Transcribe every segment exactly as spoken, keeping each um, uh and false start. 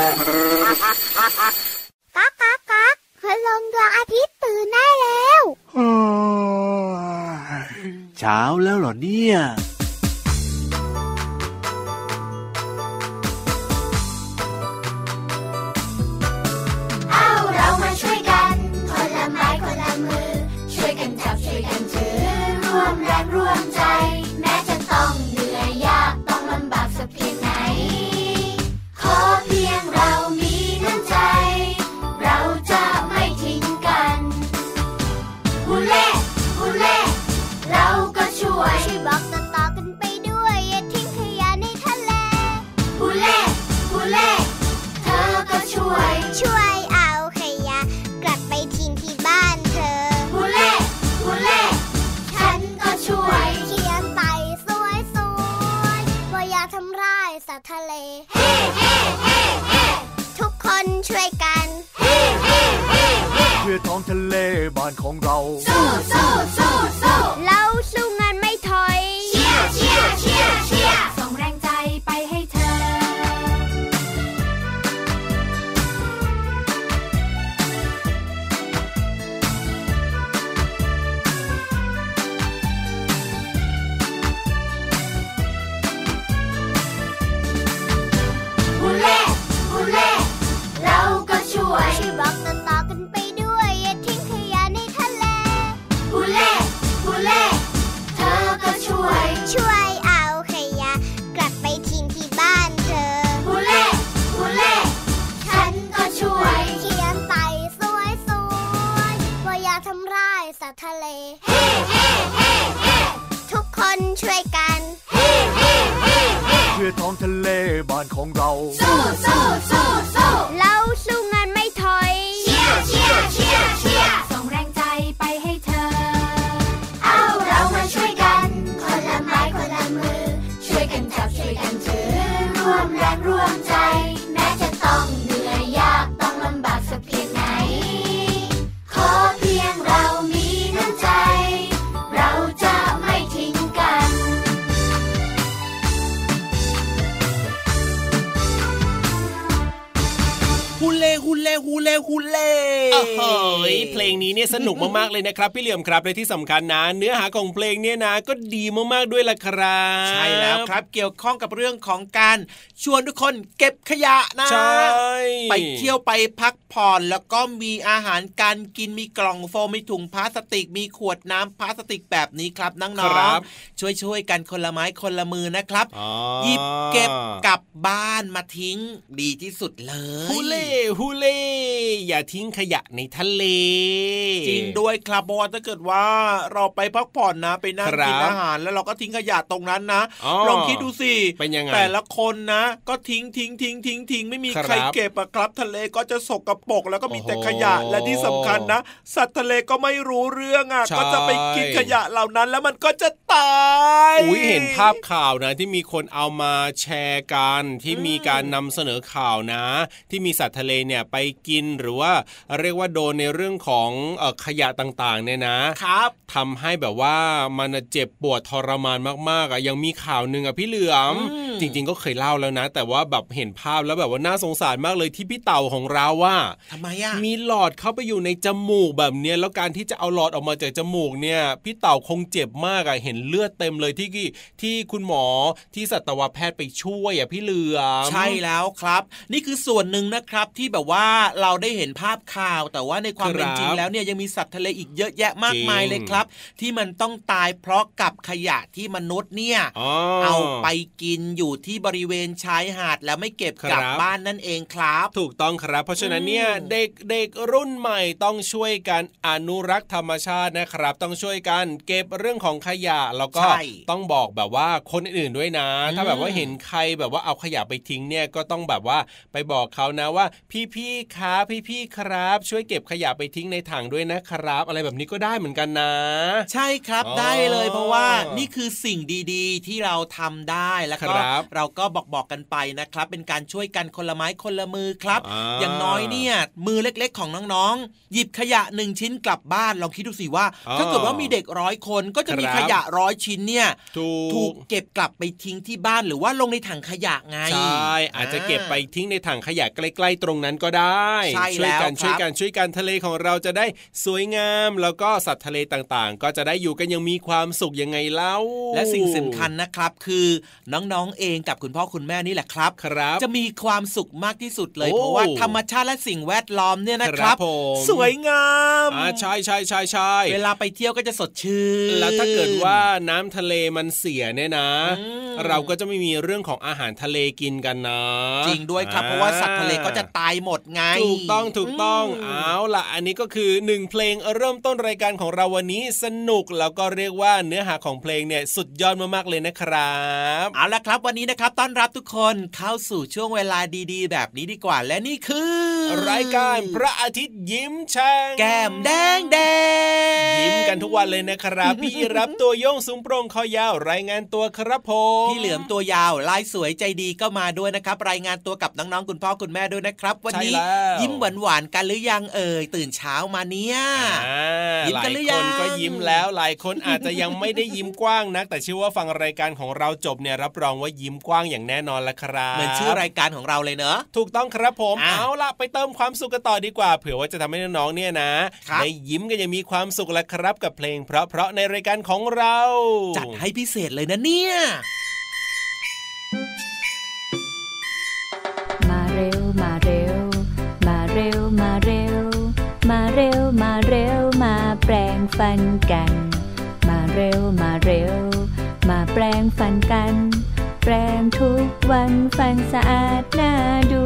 ก๊ากก๊ากก๊ากคืนลงดวงอาทิตย์ตื่นได้แล้วเช้าแล้วเหรอเนี่ยร่วมแรงร่วมใจแม้จะต้องเหนื่อยยากต้องลำบากสักเพียงไหนขอเพียงเรามีน้ำใจเราจะไม่ทิ้งกันฮูเล่ฮูเล่เราก็ช่วยช่วยบอกต่อๆกันไปด้วยอย่าทิ้งขยะในทะเลฮูเล่ฮูเล่เธอก็ช่วยช่วยเอาขยะกลับไปทิ้งที่บ้านเธอฮูเล่ฮูเล่ช่วยเขียนไปสวยๆว่าอย่าทำร้ายสัตว์ทะเลเฮ้เฮ้เฮ้เฮ้ทุกคนช่วยกันเฮ้เฮ้เฮ้เฮ้เพื่อท้องทะเลบ้านของเราสู้สู้สู้สู้เราสู้งานไม่ถอยเชียร์เชียร์เชียร์เชียร์ส่งแรงใจไปให้เธอช่วยบอกต่อๆกันไปด้วยอย่าทิ้งขยะในทะเลฮูเล่ฮูเล่เธอก็ช่วยช่วยเอาขยะกลับไปทิ้งที่บ้านเธอฮูเล่ฮูเล่ฉันก็ช่วยเขียนไปสวยๆว่าอย่าทำร้ายสัตว์ทะเลเฮ้เฮ้เฮ้เฮ้ทุกคนช่วยกันเฮ้เฮ้เฮ้เฮ้เพื่อท้องทะเลบ้านของเราสู้สู้สู้สู้เราสู้งานไม่ถอยเชียร์เชียร์เชียร์เชียร์ส่งแรงใจไปให้เธอเอาเรามาช่วยกันคนละไม้คนละมือช่วยกันจับช่วยกันถือร่วมแรงร่วมใจแม้จะต้องเหนื่อยยากต้องลำบากสักเพียงไหนขอเพียงเรามีน้ำใจเราจะไม่ทิ้งกันฮูเล่ฮูเล่ฮูเล่ฮูเล่โอ้โหเพลงนี้เนี่ยสนุกมากๆเลยนะครับพี่เหลี่ยมครับและที่สำคัญนะเนื้อหาของเพลงเนี่ยนะก็ดีมากๆด้วยล่ะครับใช่แล้วครับเกี่ยวข้องกับเรื่องของการชวนทุกคนเก็บขยะนะใช่ไปเที่ยวไปพักผ่อนแล้วก็มีอาหารการกินมีกล่องโฟมมีถุงพลาสติกมีขวดน้ำพลาสติกแบบนี้ครับน้องๆช่วยๆกันคนละไม้คนละมือนะครับหยิบเก็บกลับบ้านมาทิ้งดีที่สุดเลยฮูเล่ฮูเล่อย่าทิ้งขยะในทะเลจริงด้วยครับเพราะว่าถ้าเกิดว่าเราไปพักผ่อนนะไปนั่งกินอาหารแล้วเราก็ทิ้งขยะตรงนั้นนะลองคิดดูสิเป็นยังไงแต่ละคนนะก็ทิ้งทิ้งทิ้งทิ้งทิ้งไม่มีใครเก็บอะครับทะเลก็จะสกปรกแล้วก็มีแต่ขยะและที่สำคัญนะสัตว์ทะเลก็ไม่รู้เรื่องอ่ะก็จะไปกินขยะเหล่านั้นแล้วมันก็จะตายอุ้ยเห็นภาพข่าวนะที่มีคนเอามาแชร์กันที่มีการนำเสนอข่าวนะที่มีสัตว์ทะเลเนี่ยไปกินหรือว่าเรียกว่าโดนในเรื่องของเอ่อขยะต่างๆเนี่ยนะครับทำให้แบบว่ามันเจ็บปวดทรมานมากๆอ่ะยังมีข่าวนึงอ่ะพี่เหลือมจริงๆก็เคยเล่าแล้วนะแต่ว่าแบบเห็นภาพแล้วแบบว่าน่าสงสารมากเลยที่พี่เต่าของเราว่าทำไมอ่ะมีหลอดเข้าไปอยู่ในจมูกแบบเนี้ยแล้วการที่จะเอาหลอดออกมาจากจมูกเนี่ยพี่เต่าคงเจ็บมากอ่ะเห็นเลือดเต็มเลยที่ที่คุณหมอที่สัตวแพทย์ไปช่วยอ่ะพี่เหลือมใช่แล้วครับนี่คือส่วนหนึ่งนะครับที่แบบว่าเราได้เห็นภาพข่าวแต่ว่าในความเป็นจริงแล้วเนี่ยยังมีสัตว์ทะเลอีกเยอะแยะมากมายเลยครับที่มันต้องตายเพราะกับขยะที่มนุษย์เนี่ยเอาไปกินอยู่ที่บริเวณชายหาดแล้วไม่เก็บกลับบ้านนั่นเองครับถูกต้องครับเพราะฉะนั้นเนี่ยเด็กเด็กรุ่นใหม่ต้องช่วยกันอนุรักษ์ธรรมชาตินะครับต้องช่วยกันเก็บเรื่องของขยะแล้วก็ต้องบอกแบบว่าคนอื่นด้วยนะถ้าแบบว่าเห็นใครแบบว่าเอาขยะไปทิ้งเนี่ยก็ต้องแบบว่าไปบอกเขานะว่าพี่ๆครับพี่ๆครับช่วยเก็บขยะไปทิ้งในถังด้วยนะครับอะไรแบบนี้ก็ได้เหมือนกันนะใช่ครับได้เลยเพราะว่านี่คือสิ่งดีๆที่เราทำได้แล้วก็เราก็บอกบอกกันไปนะครับเป็นการช่วยกันคนละไม้คนละมือครับอ อย่างน้อยเนี่ยมือเล็กๆของน้องๆหยิบขยะหนึ่งชิ้นกลับบ้านลองคิดดูสิว่าถ้าเกิดว่ามีเด็กร้อยคนก็จะมีขยะร้อยชิ้นเนี่ยถูกเก็บกลับไปทิ้งที่บ้านหรือว่าลงในถังขยะไงใช่อาจจะเก็บไปทิ้งในถังขยะใกล้ๆตรงนั้นก็ได้ช่วยกันช่วยกันช่วยกันทะเลของเราจะได้สวยงามแล้วก็สัตว์ทะเลต่างๆก็จะได้อยู่กันยังมีความสุขยังไงเล่าและสิ่งสำคัญนะครับคือน้องๆเองกับคุณพ่อคุณแม่นี่แหละครับจะมีความสุขมากที่สุดเลยเพราะว่าธรรมชาติและสิ่งแวดล้อมเนี่ยนะครับสวยงามอ่าใช่ใช่ใช่ใช่เวลาไปเที่ยวก็จะสดชื่นแล้วถ้าเกิดว่าน้ำทะเลมันเสียเนี่ยนะเราก็จะไม่มีเรื่องของอาหารทะเลกินกันนะจริงด้วยครับเพราะว่าสัตว์ทะเลก็จะตายหมดไงถูกต้องถูกต้องเอาล่ะอันนี้ก็คือหนึ่งเพลงเริ่มต้นรายการของเราวันนี้สนุกแล้วก็เรียกว่าเนื้อหาของเพลงเนี่ยสุดยอดมากๆเลยนะครับเอาล่ะครับวันนี้นะครับต้อนรับทุกคนเข้าสู่ช่วงเวลาดีๆแบบนี้ดีกว่าและนี่คือรายการพระอาทิตย์ยิ้มแฉ่งแก้มแดงแดงยิ้มกันทุกวันเลยนะครับพี่รับตัวโยงสูงโปร่งคอยาวรายงานตัวครับผมพี่เหลือมตัวยาวลายสวยใจดีก็มาด้วยนะครับรายงานตัวกับน้องๆคุณพ่อคุณแม่ด้วยนะครับวันนี้ยิ้มหวานๆกันหรือยังเอ่ยตื่นเช้ามาเนี่ยยิ้มกันหรือยังหลายคนก็ยิ้มแล้วหลายคนอาจจะยังไม่ได้ยิ้มกว้างนักแต่เชื่อว่าฟังรายการของเราจบเนี่ยรับรองว่ายิ้มกว้างอย่างแน่นอนละครับเหมือนชื่อรายการของเราเลยเนอะถูกต้องครับผมเอาล่ะไปเติมความสุขกันต่อดีกว่าเผื่อว่าจะทำให้น้องๆเนี่ยนะได้ยิ้มกันยังมีความสุขละครับกับเพลงเพราะๆในรายการของเราจัดให้พิเศษเลยนะเนี่ยมาเร็วมาเร็วมาเร็วมาเร็วมาเร็วมาเร็วมาแปรงฟันกันมาเร็วมาเร็วมาแปรงฟันกันแปรงทุกวันฟันสะอาดน่าดู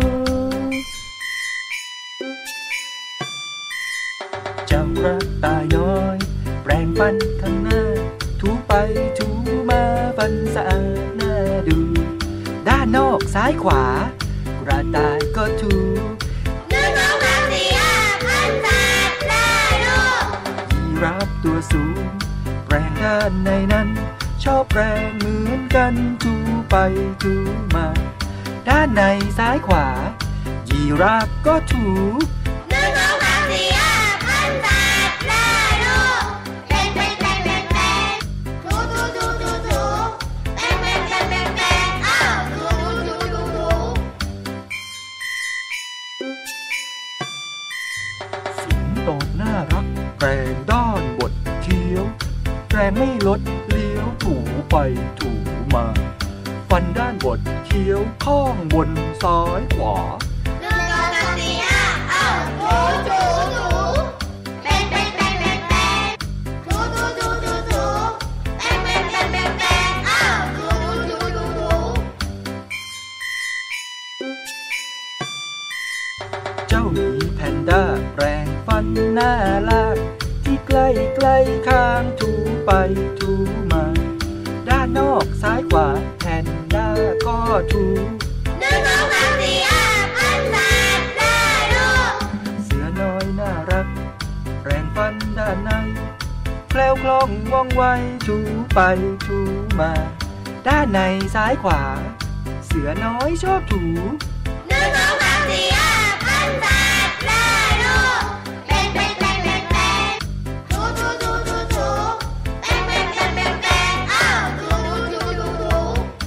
เจ้าพระตาน้อยแปรงฟันข้างหน้าถูไปถูมาฟันสะอาดน่าดูด้านนอกซ้ายขวากระต่ายก็ถูหนึ่งสองสามสี่ห้าฟันสะอาดน่าดูยีราฟตัวสูงแปรงด้านในนั้นชอบแปรงเหมือนกันถูไปถูมาด้านในซ้ายขวายีราฟก็ถูหนึ่งสองสามสี่ห้าฟันสะอาดน่าดูแปรงแปรงแปรงแปรงแปรงถูถูถูถูถูแปรงแปรงแปรงแปรงแปรงอ้าวถูถูถูถูถูสิงโตน่ารักแปรงด้านบดเคี้ยวแปรงไม่ลดเลี้ยวถูไปถูมาฟันด้านบดเคี้ยวข้างบนซ้ายขวาหนึ่งสองสามสี่ห้าอ้าวถูถูถูแปรงแปรงแปรงแปรงแปรงถูถูถูถูถูแปรงแปรงแปรงแปรงแปรงอ้าวถูถูถูถูถูเจ้าหมีแพนด้าแปรงฟันหน้าลากที่ใกล้ใกล้ข้างถูไปถูมาด้านนอกซ้ายขวาแพนด้าก็ถูหนึ่งสองสามสี่ห้าฟันสะอาดน่าดูเสือน้อยน่ารักแปรงฟันด้านในแคล้วคล่องว่องไวถูไปถูมาด้านในซ้ายขวาเสือน้อยชอบถูหนึ่งสองสามสี่ห้าฟันสะอาดน่าดูแปรงแปรงแปรงแปรงแปรงถูถูถูถูถูแปรงแปรงแปรงแปรงแปรงอ้าวถูถูถูถูถู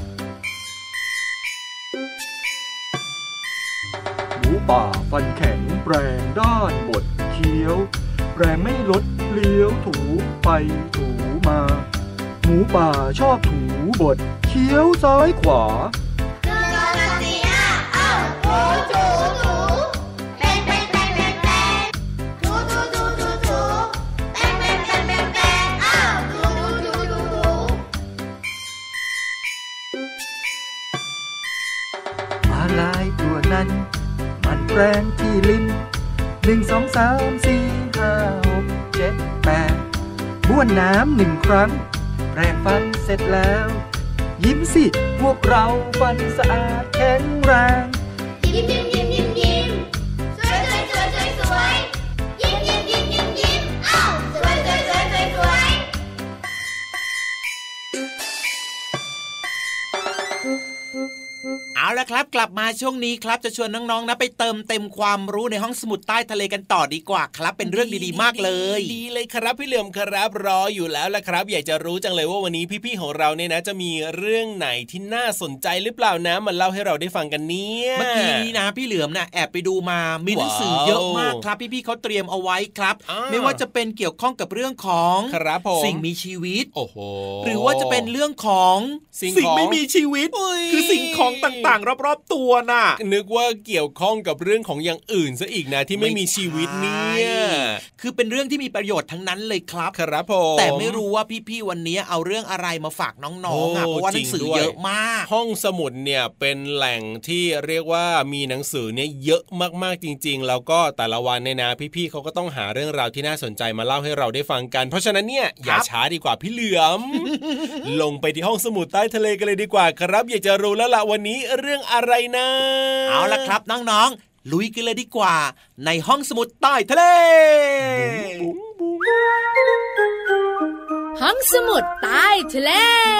หมูป่าฟันแข็งแปรงด้านบดเคี้ยวแปรงไม่ลดเลี้ยวถูไปถูมาหมูป่าชอบถูบดเคี้ยวซ้ายขวาหนึ่งสองสามสี่ห้าอ้าวถูถูถูแปรงแปรงแปรงแปรงแปรงถูถูถูถูถูแปรงแปรงแปรงแปรงแปรงอ้าวถูถูถูถูถูม้าลายตัวนั้นมันแปรงที่ลิ้นหนึ่งสองสามสี่ห้าหกเจ็ดแปดบ้วนน้ำหนึ่งครั้งแปรงฟันเสร็จแล้วยิ้มสิพวกเราฟันสะอาดแข็งแรงยิ้มยิ้มยิ้มยิ้มยิ้มสวยสวยสวยสวยสวยยิ้มยิ้มยิ้มยิ้มยิ้มอ้าวสวยสวยสวยสวยสวย Ooh. ครับกลับมาช่วงนี้ครับจะชวนน้องๆนะไปเติมเต็มความรู้ในห้องสมุดใต้ทะเลกันต่อดีกว่าครับเป็นเรื่องดีๆมากเลยดีเลยครับพี่เหลือมครับรออยู่แล้วละครับอยากจะรู้จังเลยว่าวันนี้พี่ๆของเราเนี่ยนะจะมีเรื่องไหนที่น่าสนใจหรือเปล่านะมาเล่าให้เราได้ฟังกันเนี่ยเมื่อกี้นี้นะพี่เหลือมนะแอบไปดูมามีหนังสือเยอะมากครับพี่ๆเขาเตรียมเอาไว้ครับไม่ว่าจะเป็นเกี่ยวข้องกับเรื่องของสิ่งมีชีวิตโอ้โหหรือว่าจะเป็นเรื่องของสิ่งไม่มีชีวิตคือสิ่งของต่างๆรอบๆตัวน่ะนึกว่าเกี่ยวข้องกับเรื่องของอย่างอื่นซะอีกนะที่ไม่มีชีวิตเนี่ยคือเป็นเรื่องที่มีประโยชน์ทั้งนั้นเลยครับครับผมแต่ไม่รู้ว่าพี่ๆวันนี้เอาเรื่องอะไรมาฝากน้องๆอ่ะเพราะว่าหนังสือเยอะมากห้องสมุดเนี่ยเป็นแหล่งที่เรียกว่ามีหนังสือเนี่ยเยอะมากๆจริงๆแล้วก็แต่ละวันเนี่ยนะพี่ๆเขาก็ต้องหาเรื่องราวที่น่าสนใจมาเล่าให้เราได้ฟังกันเพราะฉะนั้นเนี่ยอย่าช้าดีกว่าพี่เหลือม ลงไปที่ห้องสมุดใต้ทะเลกันเลยดีกว่าครับอยากจะรู้แล้วล่ะวันนี้เรื่องอะไรนะเอาล่ะครับน้องๆลุยกันเลยดีกว่าในห้องสมุดใต้ทะเลห้องสมุดใต้ทะเล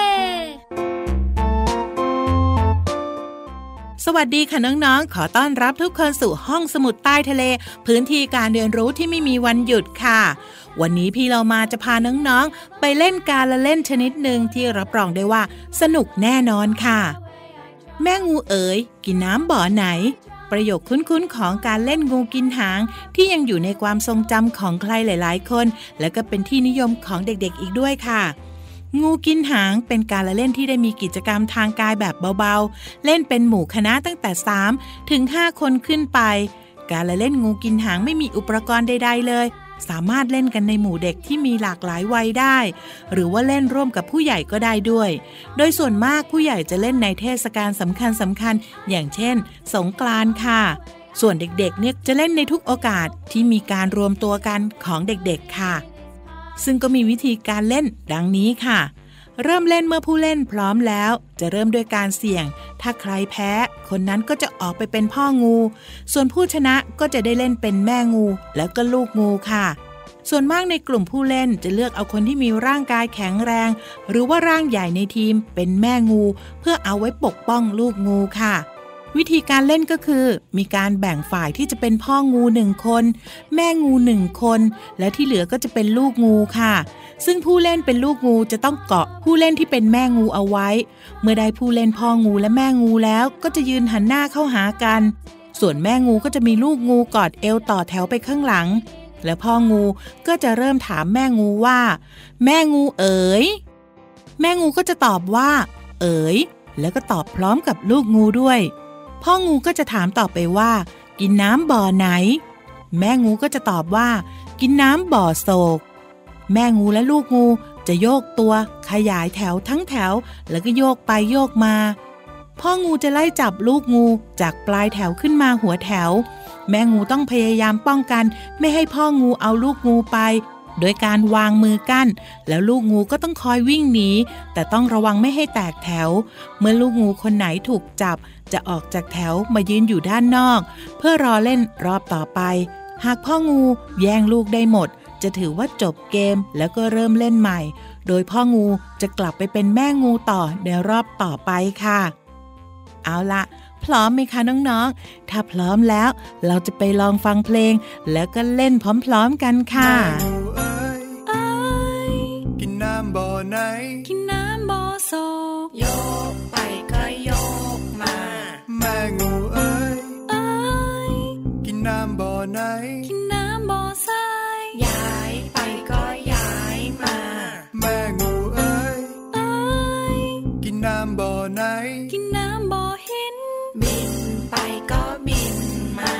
สวัสดีค่ะน้องๆขอต้อนรับทุกคนสู่ห้องสมุดใต้ทะเลพื้นที่การเรียนรู้ที่ไม่มีวันหยุดค่ะวันนี้พี่เรามาจะพาน้องๆไปเล่นการละเล่นชนิดหนึ่งที่รับรองได้ว่าสนุกแน่นอนค่ะแม่งูเอ๋ยกินน้ำบ่อไหนประโยคคุ้นๆของการเล่นงูกินหางที่ยังอยู่ในความทรงจำของใครหลายๆคนและก็เป็นที่นิยมของเด็กๆอีกด้วยค่ะงูกินหางเป็นการละเล่นที่ได้มีกิจกรรมทางกายแบบเบาๆเล่นเป็นหมู่คณะตั้งแต่สามถึงห้าคนขึ้นไปการละเล่นงูกินหางไม่มีอุปกรณ์ใดๆเลยสามารถเล่นกันในหมู่เด็กที่มีหลากหลายวัยได้หรือว่าเล่นร่วมกับผู้ใหญ่ก็ได้ด้วยโดยส่วนมากผู้ใหญ่จะเล่นในเทศกาลสำคัญสำคัญอย่างเช่นสงกรานต์ค่ะส่วนเด็กๆเนี่ยจะเล่นในทุกโอกาสที่มีการรวมตัวกันของเด็กๆค่ะซึ่งก็มีวิธีการเล่นดังนี้ค่ะเริ่มเล่นเมื่อผู้เล่นพร้อมแล้วจะเริ่มด้วยการเสี่ยงถ้าใครแพ้คนนั้นก็จะออกไปเป็นพ่องูส่วนผู้ชนะก็จะได้เล่นเป็นแม่งูแล้วก็ลูกงูค่ะส่วนมากในกลุ่มผู้เล่นจะเลือกเอาคนที่มีร่างกายแข็งแรงหรือว่าร่างใหญ่ในทีมเป็นแม่งูเพื่อเอาไว้ปกป้องลูกงูค่ะวิธีการเล่นก็คือมีการแบ่งฝ่ายที่จะเป็นพ่องูหนึ่งคนแม่งูหนึ่งคนและที่เหลือก็จะเป็นลูกงูค่ะซึ่งผู้เล่นเป็นลูกงูจะต้องเกาะผู้เล่นที่เป็นแม่งูเอาไว้เมื่อได้ผู้เล่นพ่องูและแม่งูแล้วก็จะยืนหันหน้าเข้าหากันส่วนแม่งูก็จะมีลูกงูกอดเอวต่อแถวไปข้างหลังและพ่องูก็จะเริ่มถามแม่งูว่าแม่งูเอ๋ยแม่งูก็จะตอบว่าเอ๋ยแล้วก็ตอบพร้อมกับลูกงูด้วยพ่องูก็จะถามต่อไปว่ากินน้ำบ่อไหนแม่งูก็จะตอบว่ากินน้ำบ่อโศกแม่งูและลูกงูจะโยกตัวขยายแถวทั้งแถวแล้วก็โยกไปโยกมาพ่องูจะไล่จับลูกงูจากปลายแถวขึ้นมาหัวแถวแม่งูต้องพยายามป้องกันไม่ให้พ่องูเอาลูกงูไปโดยการวางมือกั้นแล้วลูกงูก็ต้องคอยวิ่งหนีแต่ต้องระวังไม่ให้แตกแถวเมื่อลูกงูคนไหนถูกจับจะออกจากแถวมายืนอยู่ด้านนอกเพื่อรอเล่นรอบต่อไปหากพ่องูแย่งลูกได้หมดจะถือว่าจบเกมแล้วก็เริ่มเล่นใหม่โดยพ่องูจะกลับไปเป็นแม่งูต่อในรอบต่อไปค่ะเอาละพร้อมไหมคะน้องๆถ้าพร้อมแล้วเราจะไปลองฟังเพลงแล้วก็เล่นพร้อมๆกันค่ะแม่งูเอ๋ยเอ๋ยกินน้ำบ่อไหนกินน้ำบ่อโศกโยกไปก็โยกมาแม่งูเอ๋ยเอ๋ยกินน้ำบ่อไหนกินน้ำบ่อทรายย้ายไปก็ย้ายมาแม่งูเอ๋ยเอ๋ยกินน้ำบ่อไหนกินน้ำบ่อหินบินไปก็บินมา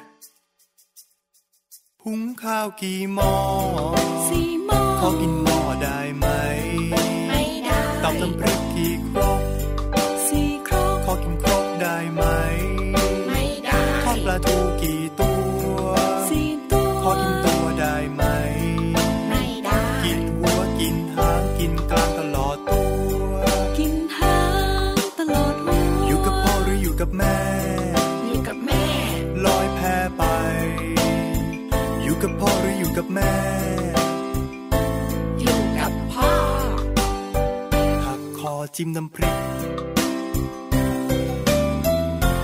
หุงข้าวกี่หม้อสี่หม้อขอกินหม้อได้ไหมไม่ได้ตำน้ำพริกกี่ครกสี่ครกขอกินครกได้ไหมไม่ได้ทอดปลาทูกี่ตัวสี่ตัวขอกินตัวได้ไหมไม่ได้กินหัวกินหางกินกลางตลอดตัวกินหางตลอดหัวอยู่กับพ่อหรืออยู่กับแม่อยู่กับแม่ลอยแพไปอยู่กับพ่อหรืออยู่กับแม่อยู่กับพ่อหักคอจิ้มน้ำพริก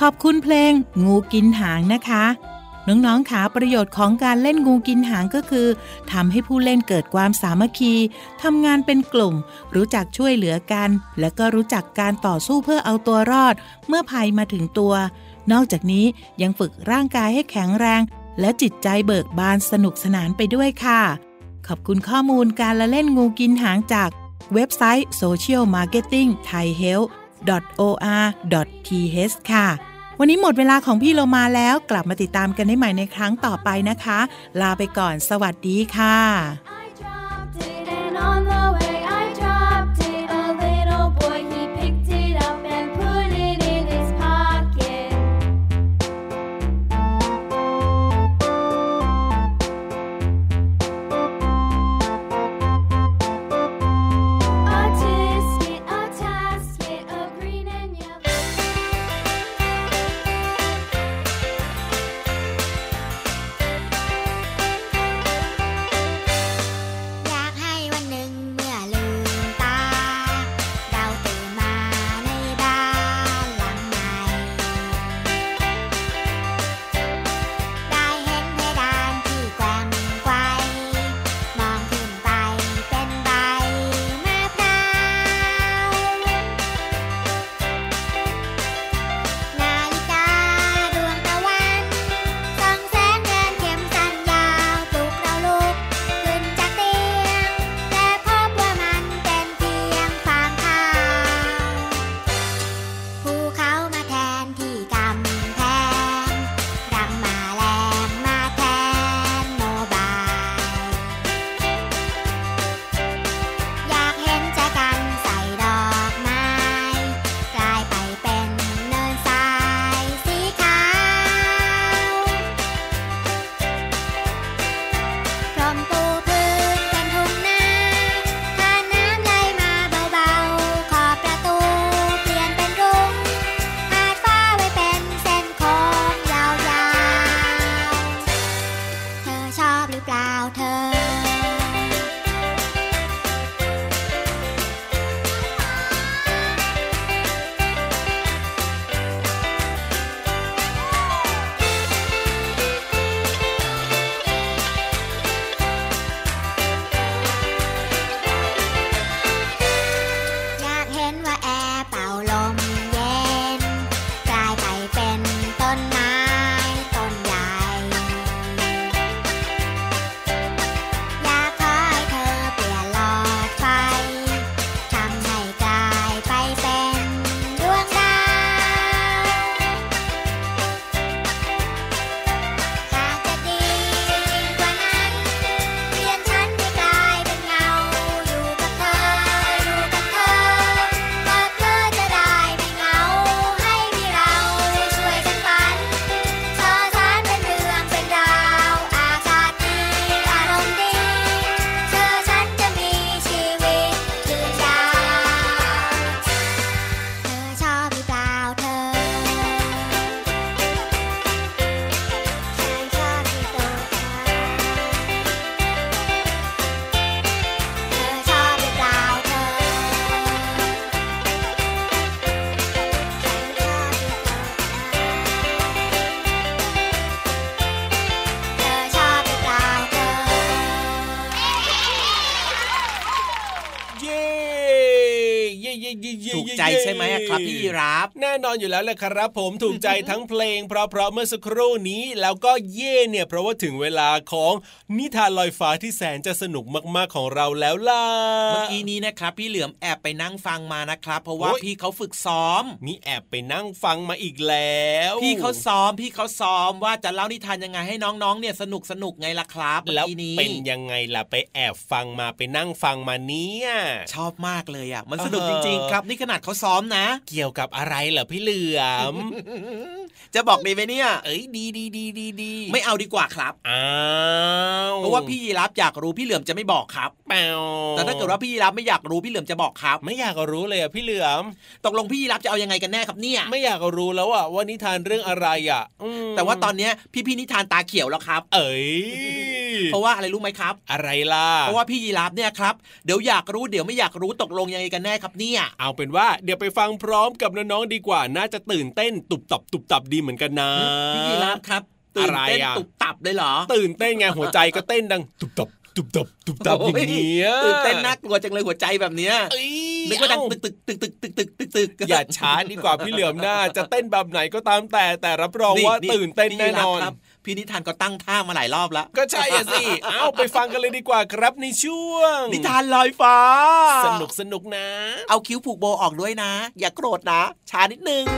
อบคุณเพลงงูกินหางนะคะน้องๆขาประโยชน์ของการเล่นงูกินหางก็คือทำให้ผู้เล่นเกิดความสามัคคีทำงานเป็นกลุ่มรู้จักช่วยเหลือกันและก็รู้จักการต่อสู้เพื่อเอาตัวรอดเมื่อภัยมาถึงตัวนอกจากนี้ยังฝึกร่างกายให้แข็งแรงและจิตใจเบิกบานสนุกสนานไปด้วยค่ะขอบคุณข้อมูลการละเล่นงูกินหางจากเว็บไซต์ โซเชียลมาร์เก็ตติ้งไทยเฮลท์ ดอท โอ อาร์ ดอท ที เอช ค่ะวันนี้หมดเวลาของพี่โลมาแล้วกลับมาติดตามกันได้ใหม่ในครั้งต่อไปนะคะลาไปก่อนสวัสดีค่ะถูกใจใช่ไหมครับพี่รับแน่นอนอยู่แล้วแหละครับผมถูกใจทั้งเพลงเพราะๆเมื่อสักครู่นี้แล้วก็เย่เนี่ยเพราะว่าถึงเวลาของนิทานลอยฟ้าที่แสนจะสนุกมากๆของเราแล้วล่ะเมื่อกี้นี้นะครับพี่เหลือมแอบไปนั่งฟังมานะครับเพราะว่าพี่เขาฝึกซ้อมมีแอบไปนั่งฟังมาอีกแล้วพี่เขาซ้อมพี่เขาซ้อมว่าจะเล่านิทานยังไงให้น้องๆเนี่ยสนุกสนุกไงล่ะครับแล้วเป็นยังไงล่ะไปแอบฟังมาไปนั่งฟังมาเนี่ยชอบมากเลยอ่ะมันสนุกจริงๆครับนี่ขนาดเขาซ้อมนะเกี่ยวกับอะไรเหรอพี่เหลือมจะบอกดีไหมเนี่ยเอ้ยดีดีดีดีดีไม่เอาดีกว่าครับอ้าวเพราะว่าพี่ยีรับอยากรู้พี่เหลือมจะไม่บอกครับแปวแต่ถ้าเกิดว่าพี่ยีรับไม่อยากรู้พี่เหลือมจะบอกครับไม่อยากรู้เลยอ่ะพี่เหลือมตกลงพี่ยีรับจะเอายังไงกันแน่ครับเนี่ยไม่อยากรู้แล้วอ่ะว่านิทานเรื่องอะไรอ่ะแต่ว่าตอนเนี้ยพี่พี่นิทานตาเขียวแล้วครับเอ้ยเพราะว่าอะไรรู้ไหมครับอะไรล่ะเพราะว่าพี่ยีราฟเนี่ยครับเดี๋ยวอยากรู้เดี๋ยวไม่อยากรู้ตกลงยังไงกันแน่ครับเนี่ยเอาเป็นว่าเดี๋ยวไปฟังพร้อมกับน้องๆดีกว่าน่าจะตื่นเต้นตุบตับตุบตับดีเหมือนกันนะพี่ยีราฟครับตื่นเต้นตุบตับเลยเหรอตื่นเต้นไงหัวใจก็เต้นดังตุบตับตุบตับตุบตับอย่างเงี้ยตื่นเต้นน่ากลัวจังเลยหัวใจแบบเนี้ยนึกว่าดังตึกตึกตึกตึกตึกตึกตึกตึกอย่าช้าดีกว่าพี่เหลือมหน้าจะเต้นแบบไหนก็ตามแต่แต่รับรองว่าตื่นเต้นแน่นอนพี่นิทานก็ตั้งท่ามาหลายรอบแล้วก็ใช่สิเอาไปฟังกันเลยดีกว่าครับในช่วงนิทานลอยฟ้าสนุกสนุกนะเอาคิ้วผูกโบออกด้วยนะอย่าโกรธนะช้านิดนึง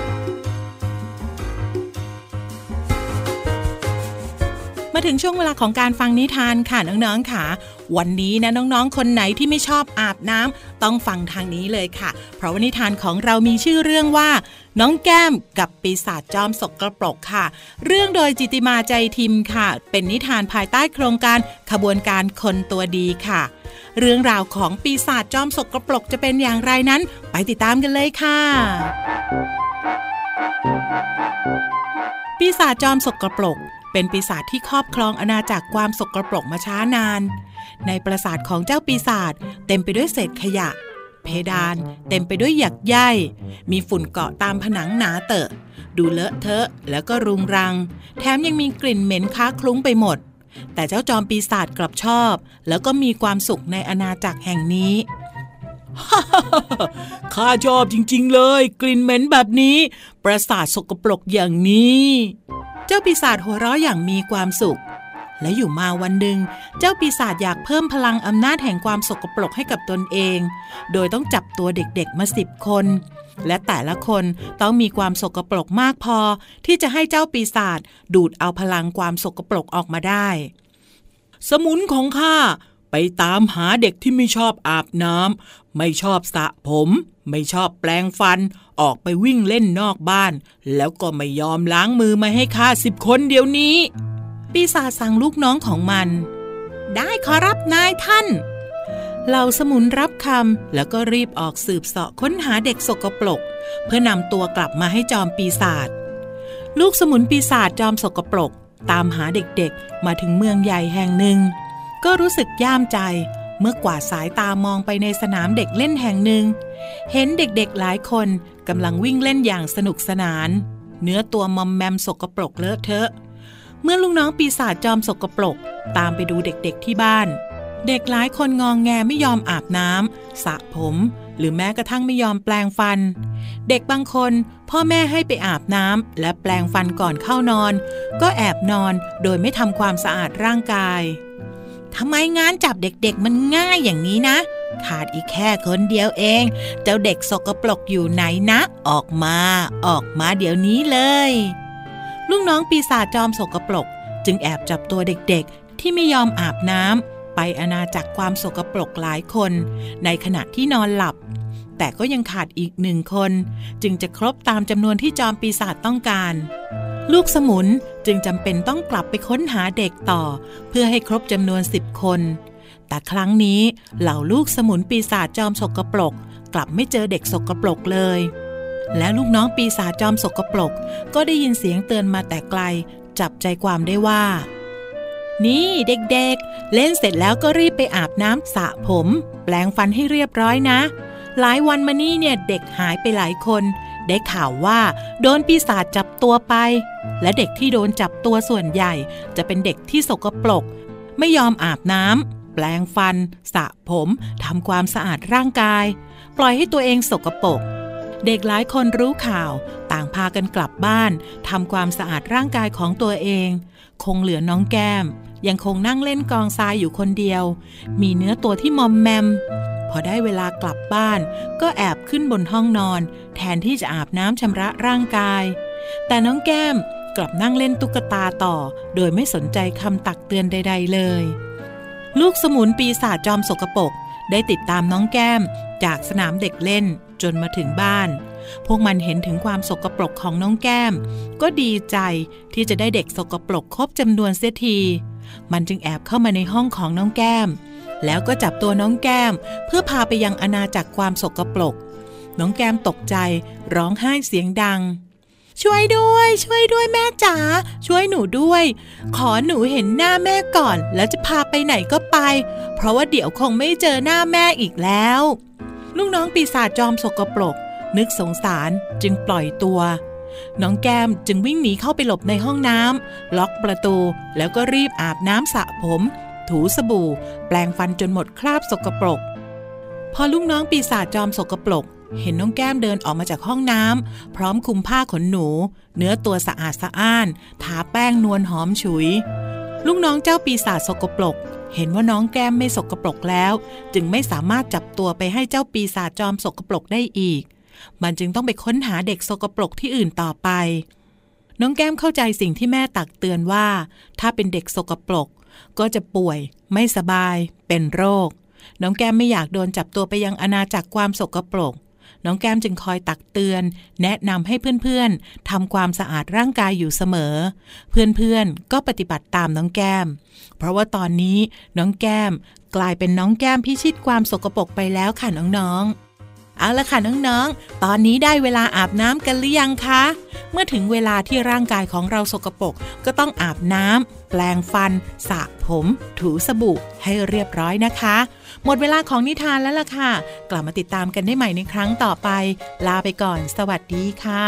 มาถึงช่วงเวลาของการฟังนิทานค่ะน้องๆค่ะวันนี้นะน้องๆคนไหนที่ไม่ชอบอาบน้ำต้องฟังทางนี้เลยค่ะเพราะว่านิทานของเรามีชื่อเรื่องว่าน้องแก้มกับปีศาจจอมสกปรกค่ะเรื่องโดยจิติมาใจทิมค่ะเป็นนิทานภายใต้โครงการขบวนการคนตัวดีค่ะเรื่องราวของปีศาจจอมสกปรกจะเป็นอย่างไรนั้นไปติดตามกันเลยค่ะปีศาจจอมสกปรกเป็นปีศาจที่ครอบครองอาณาจักรความสกปรกมาช้านานในปราสาทของเจ้าปีศาจเต็มไปด้วยเศษขยะเพดานเต็มไปด้วยหยักใยมีฝุ่นเกาะตามผนังหนาเตอะดูเลอะเทอะแล้วก็รุงรังแถมยังมีกลิ่นเหม็นค้าคลุ้งไปหมดแต่เจ้าจอมปีศาจกลับชอบแล้วก็มีความสุขในอาณาจักรแห่งนี้ ข้าชอบจริงๆเลยกลิ่นเหม็นแบบนี้ปราสาทสกปรกอย่างนี้เจ้าปีศาจหัวเราะอย่างมีความสุขและอยู่มาวันหนึ่งเจ้าปีศาจอยากเพิ่มพลังอำนาจแห่งความสกปรกให้กับตนเองโดยต้องจับตัวเด็กๆมาสิบคนและแต่ละคนต้องมีความสกปรกมากพอที่จะให้เจ้าปีศาจดูดเอาพลังความสกปรกออกมาได้สมุนของข้าไปตามหาเด็กที่ไม่ชอบอาบน้ำไม่ชอบสระผมไม่ชอบแปรงฟันออกไปวิ่งเล่นนอกบ้านแล้วก็ไม่ยอมล้างมือมาให้ข้าสิบคนเดี๋ยวนี้ปีศาจสั่งลูกน้องของมันได้ขอรับนายท่านเหล่าสมุนรับคำแล้วก็รีบออกสืบเสาะค้นหาเด็กสกปรกเพื่อนำตัวกลับมาให้จอมปีศาจลูกสมุนปีศาจจอมสกปรกตามหาเด็กๆมาถึงเมืองใหญ่แห่งหนึ่งก็รู้สึกย่ามใจเมื่อกวาดสายตามองไปในสนามเด็กเล่นแห่งหนึ่งเห็นเด็กๆหลายคนกำลังวิ่งเล่นอย่างสนุกสนานเนื้อตัวมอมแมมสกปรกเลอะเทอะเมื่อลูกน้องปีศาจจอมสกปรกตามไปดูเด็กๆที่บ้านเด็กหลายคนงองแงไม่ยอมอาบน้ำสระผมหรือแม้กระทั่งไม่ยอมแปรงฟันเด็กบางคนพ่อแม่ให้ไปอาบน้ำและแปรงฟันก่อนเข้านอนก็แอบนอนโดยไม่ทำความสะอาดร่างกายทำไมงานจับเด็กๆมันง่ายอย่างนี้นะขาดอีกแค่คนเดียวเองเจ้าเด็กสกปรกอยู่ไหนนะออกมาออกมาเดี๋ยวนี้เลยลูกน้องปีศาจจอมสกปรกจึงแอบจับตัวเด็กๆที่ไม่ยอมอาบน้ำไปอาณาจักรความสกปรกหลายคนในขณะที่นอนหลับแต่ก็ยังขาดอีกหนึ่งคนจึงจะครบตามจำนวนที่จอมปีศาจต้องการลูกสมุนจึงจำเป็นต้องกลับไปค้นหาเด็กต่อเพื่อให้ครบจำนวนสิบคนแต่ครั้งนี้เหล่าลูกสมุนปีศาจจอมสกปรกกลับไม่เจอเด็กสกปรกเลยและลูกน้องปีศาจจอมสกปรกก็ได้ยินเสียงเตือนมาแต่ไกลจับใจความได้ว่านี่เด็กๆเล่นเสร็จแล้วก็รีบไปอาบน้ำสระผมแปรงฟันให้เรียบร้อยนะหลายวันมานี้เนี่ยเด็กหายไปหลายคนได้ข่าวว่าโดนปีศาจจับตัวไปและเด็กที่โดนจับตัวส่วนใหญ่จะเป็นเด็กที่สกปรกไม่ยอมอาบน้ำแปรงฟันสระผมทำความสะอาดร่างกายปล่อยให้ตัวเองสกปรกเด็กหลายคนรู้ข่าวต่างพากันกลับบ้านทำความสะอาดร่างกายของตัวเองคงเหลือน้องแก้มยังคงนั่งเล่นกองทรายอยู่คนเดียวมีเนื้อตัวที่มอมแมมพอได้เวลากลับบ้านก็แอบขึ้นบนห้องนอนแทนที่จะอาบน้ำชำระร่างกายแต่น้องแก้มกลับนั่งเล่นตุ๊กตาต่อโดยไม่สนใจคำตักเตือนใดๆเลยลูกสมุนปีศาจจอมสกปรกได้ติดตามน้องแก้มจากสนามเด็กเล่นจนมาถึงบ้านพวกมันเห็นถึงความสกปรกของน้องแก้มก็ดีใจที่จะได้เด็กสกปรกครบจำนวนเสียทีมันจึงแอบเข้ามาในห้องของน้องแก้มแล้วก็จับตัวน้องแก้มเพื่อพาไปยังอาณาจักรความสกปรกน้องแก้มตกใจร้องไห้เสียงดังช่วยด้วยช่วยด้วยแม่จ๋าช่วยหนูด้วยขอหนูเห็นหน้าแม่ก่อนแล้วจะพาไปไหนก็ไปเพราะว่าเดี๋ยวคงไม่เจอหน้าแม่อีกแล้วลูกน้องปีศาจจอมสกปรกนึกสงสารจึงปล่อยตัวน้องแก้มจึงวิ่งหนีเข้าไปหลบในห้องน้ำล็อกประตูแล้วก็รีบอาบน้ำสระผมถูสบู่แปรงฟันจนหมดคราบสกปรกพอลูกน้องปีศาจจอมสกปรกเห็นน้องแก้มเดินออกมาจากห้องน้ำพร้อมคลุมผ้าขนหนูเนื้อตัวสะอาดสะอ้านทาแป้งนวลหอมฉุยลูกน้องเจ้าปีศาจสกปรกเห็นว่าน้องแก้มไม่สกปรกแล้วจึงไม่สามารถจับตัวไปให้เจ้าปีศาจจอมสกปรกได้อีกมันจึงต้องไปค้นหาเด็กสกปรกที่อื่นต่อไปน้องแก้มเข้าใจสิ่งที่แม่ตักเตือนว่าถ้าเป็นเด็กสกปรกก็จะป่วยไม่สบายเป็นโรคน้องแก้มไม่อยากโดนจับตัวไปยังอาณาจักรความสกปรกน้องแก้มจึงคอยตักเตือนแนะนำให้เพื่อนๆทำความสะอาดร่างกายอยู่เสมอเพื่อนๆก็ปฏิบัติตามน้องแก้มเพราะว่าตอนนี้น้องแก้มกลายเป็นน้องแก้มพิชิตความสกปรกไปแล้วค่ะน้องๆเอาละค่ะน้องๆตอนนี้ได้เวลาอาบน้ำกันหรือยังคะเมื่อถึงเวลาที่ร่างกายของเราสกปรกก็ต้องอาบน้ำแปรงฟันสระผมถูสบู่ให้เรียบร้อยนะคะหมดเวลาของนิทานแล้วล่ะค่ะกลับมาติดตามกันได้ใหม่ในครั้งต่อไปลาไปก่อนสวัสดีค่ะ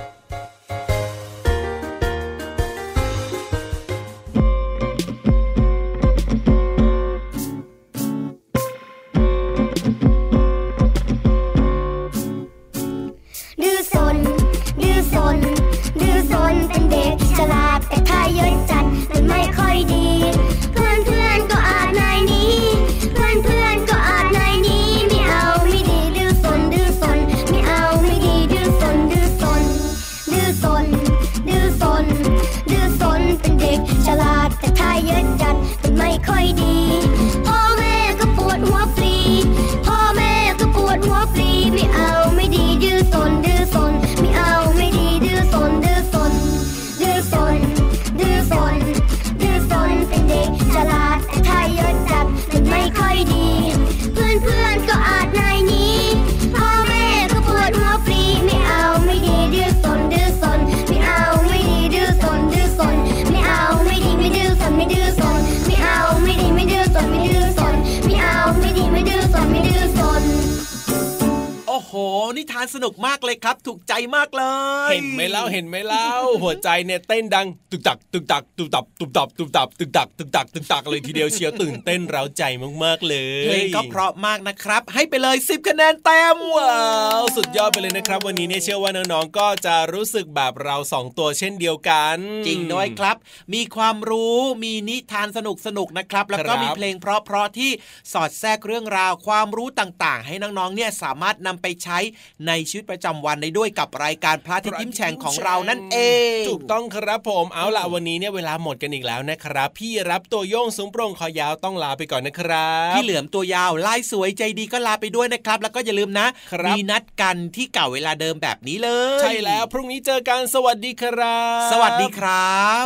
เป็นเด็กฉลาดแต่ถ้าเยอะจัดมันไม่ค่อยดีเพื่อนเพื่อนก็อาจนายนี้เพื่อนเพื่อนก็อาจนายนี้ไม่เอาไม่ดีดื้อซนดื้อซนไม่เอาไม่ดีดื้อซนดื้อซนดื้อซนดื้อซนดื้อซนเป็นเด็กฉลาดแต่ถ้าเยอะจัดมันไม่ค่อยดีพ่อแม่ก็ปวดหัวฟรีพ่อแม่ก็ปวดหัวฟรีไม่เอาไม่ดีดื้อซนดื้อซนไม่เอาไม่ดีดื้อซนดื้อซนดื้อซนดื้อซนดื้อซนเป็นเด็กฉลาดแต่ถ้าเยอะจัดมันไม่ค่อยดีเพื่อนเพื่อนก็อาจนายนี้พ่อแม่ก็ปวดหัวฟรีไม่เอาไม่ดีดื้อซนดื้อซนไม่เอาไม่ดีดื้อซนดื้อซนไม่เอาไม่ดีไม่ดื้อซนไม่ดื้อซนไม่เอาไม่ดีไม่ดื้อซนไม่ดื้อซนไม่เอาไม่ดีไม่ดื้อซนไม่ดื้อซนโอ้โหนิทานสนุกมากเลยครับถูกใจมากเลยเห็นไหมเล่าเห็นไหมเล่า หัวใจเนี่ยเต้นดังตึกตักตึกตักตึกตับตึกตับตึกตับตึกตักตึกตักตึกตักเลยทีเดียวเชียวตื่นเต้นเร้าใจมากๆเลยเพลงก็เพราะมากนะครับให้ไปเลยสิบคะแนนเต็มว้าวสุดยอดไปเลยนะครับวันนี้เนี่ยเชื่อว่าน้องๆก็จะรู้สึกแบบเราสองตัวเช่นเดียวกันจริงด้วยครับมีความรู้มีนิทานสนุกๆนะครับแล้วก็มีเพลงเพราะๆที่สอดแทรกเรื่องราวความรู้ต่างๆให้น้องๆเนี่ยสามารถนำไปใช้ในชีวิตประจำวันได้ด้วยกับรายการพระอาทิตย์ยิ้มแฉ่งของเรานั่นเองถูกต้องครับผมเอาล่ะวันนี้เนี่ยเวลาหมดกันอีกแล้วนะครับพี่รับตัวโยงสูงโปร่งคอยาวต้องลาไปก่อนนะครับพี่เหลือมตัวยาวลายสวยใจดีก็ลาไปด้วยนะครับแล้วก็อย่าลืมนะมีนัดกันที่เก่าเวลาเดิมแบบนี้เลยใช่แล้วพรุ่งนี้เจอกันสวัสดีครับสวัสดีครับ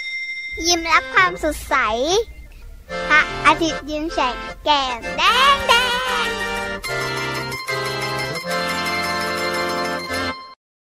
ยิ้มรับความสดใสพระอาทิตย์ยิ้มแฉกแก้มแดงแด